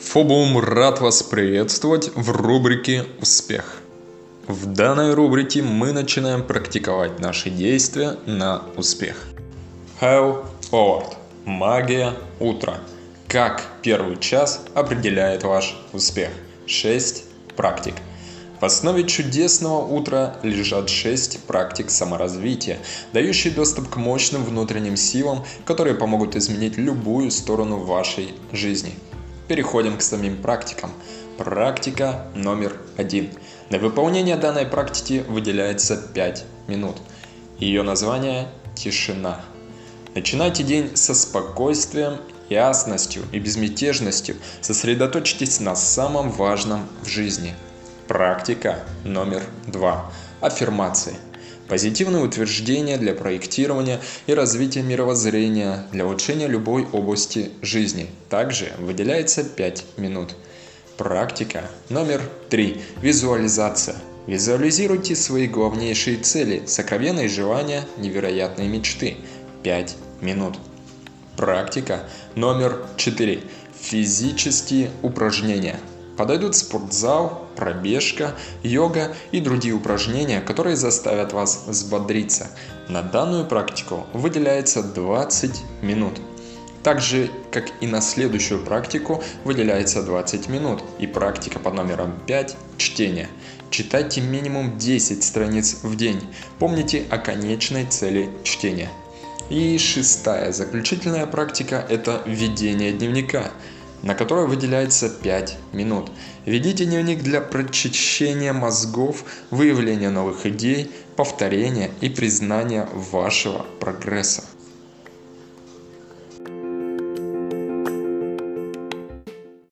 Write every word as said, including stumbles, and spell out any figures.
Фобум рад вас приветствовать в рубрике «Успех». В данной рубрике мы начинаем практиковать наши действия на успех. How forward. Магия утра. Как первый час определяет ваш успех? шесть практик. В основе чудесного утра лежат шесть практик саморазвития, дающие доступ к мощным внутренним силам, которые помогут изменить любую сторону вашей жизни. Переходим к самим практикам. Практика номер один. На выполнение данной практики выделяется пять минут. Ее название – тишина. Начинайте день со спокойствием, ясностью и безмятежностью. Сосредоточьтесь на самом важном в жизни. Практика номер два. Аффирмации. Позитивные утверждения для проектирования и развития мировоззрения, для улучшения любой области жизни. Также выделяется пять минут. Практика номер три. Визуализация. Визуализируйте свои главнейшие цели, сокровенные желания, невероятные мечты. пять минут. Практика номер четыре. Физические упражнения. Подойдут спортзал, пробежка, йога и другие упражнения, которые заставят вас взбодриться. На данную практику выделяется двадцать минут. Так же, как и на следующую практику, выделяется двадцать минут. И практика под номером пять – чтение. Читайте минимум десять страниц в день. Помните о конечной цели чтения. И шестая, заключительная практика – это ведение дневника, на которое выделяется пять минут. Ведите дневник для прочищения мозгов, выявления новых идей, повторения и признания вашего прогресса.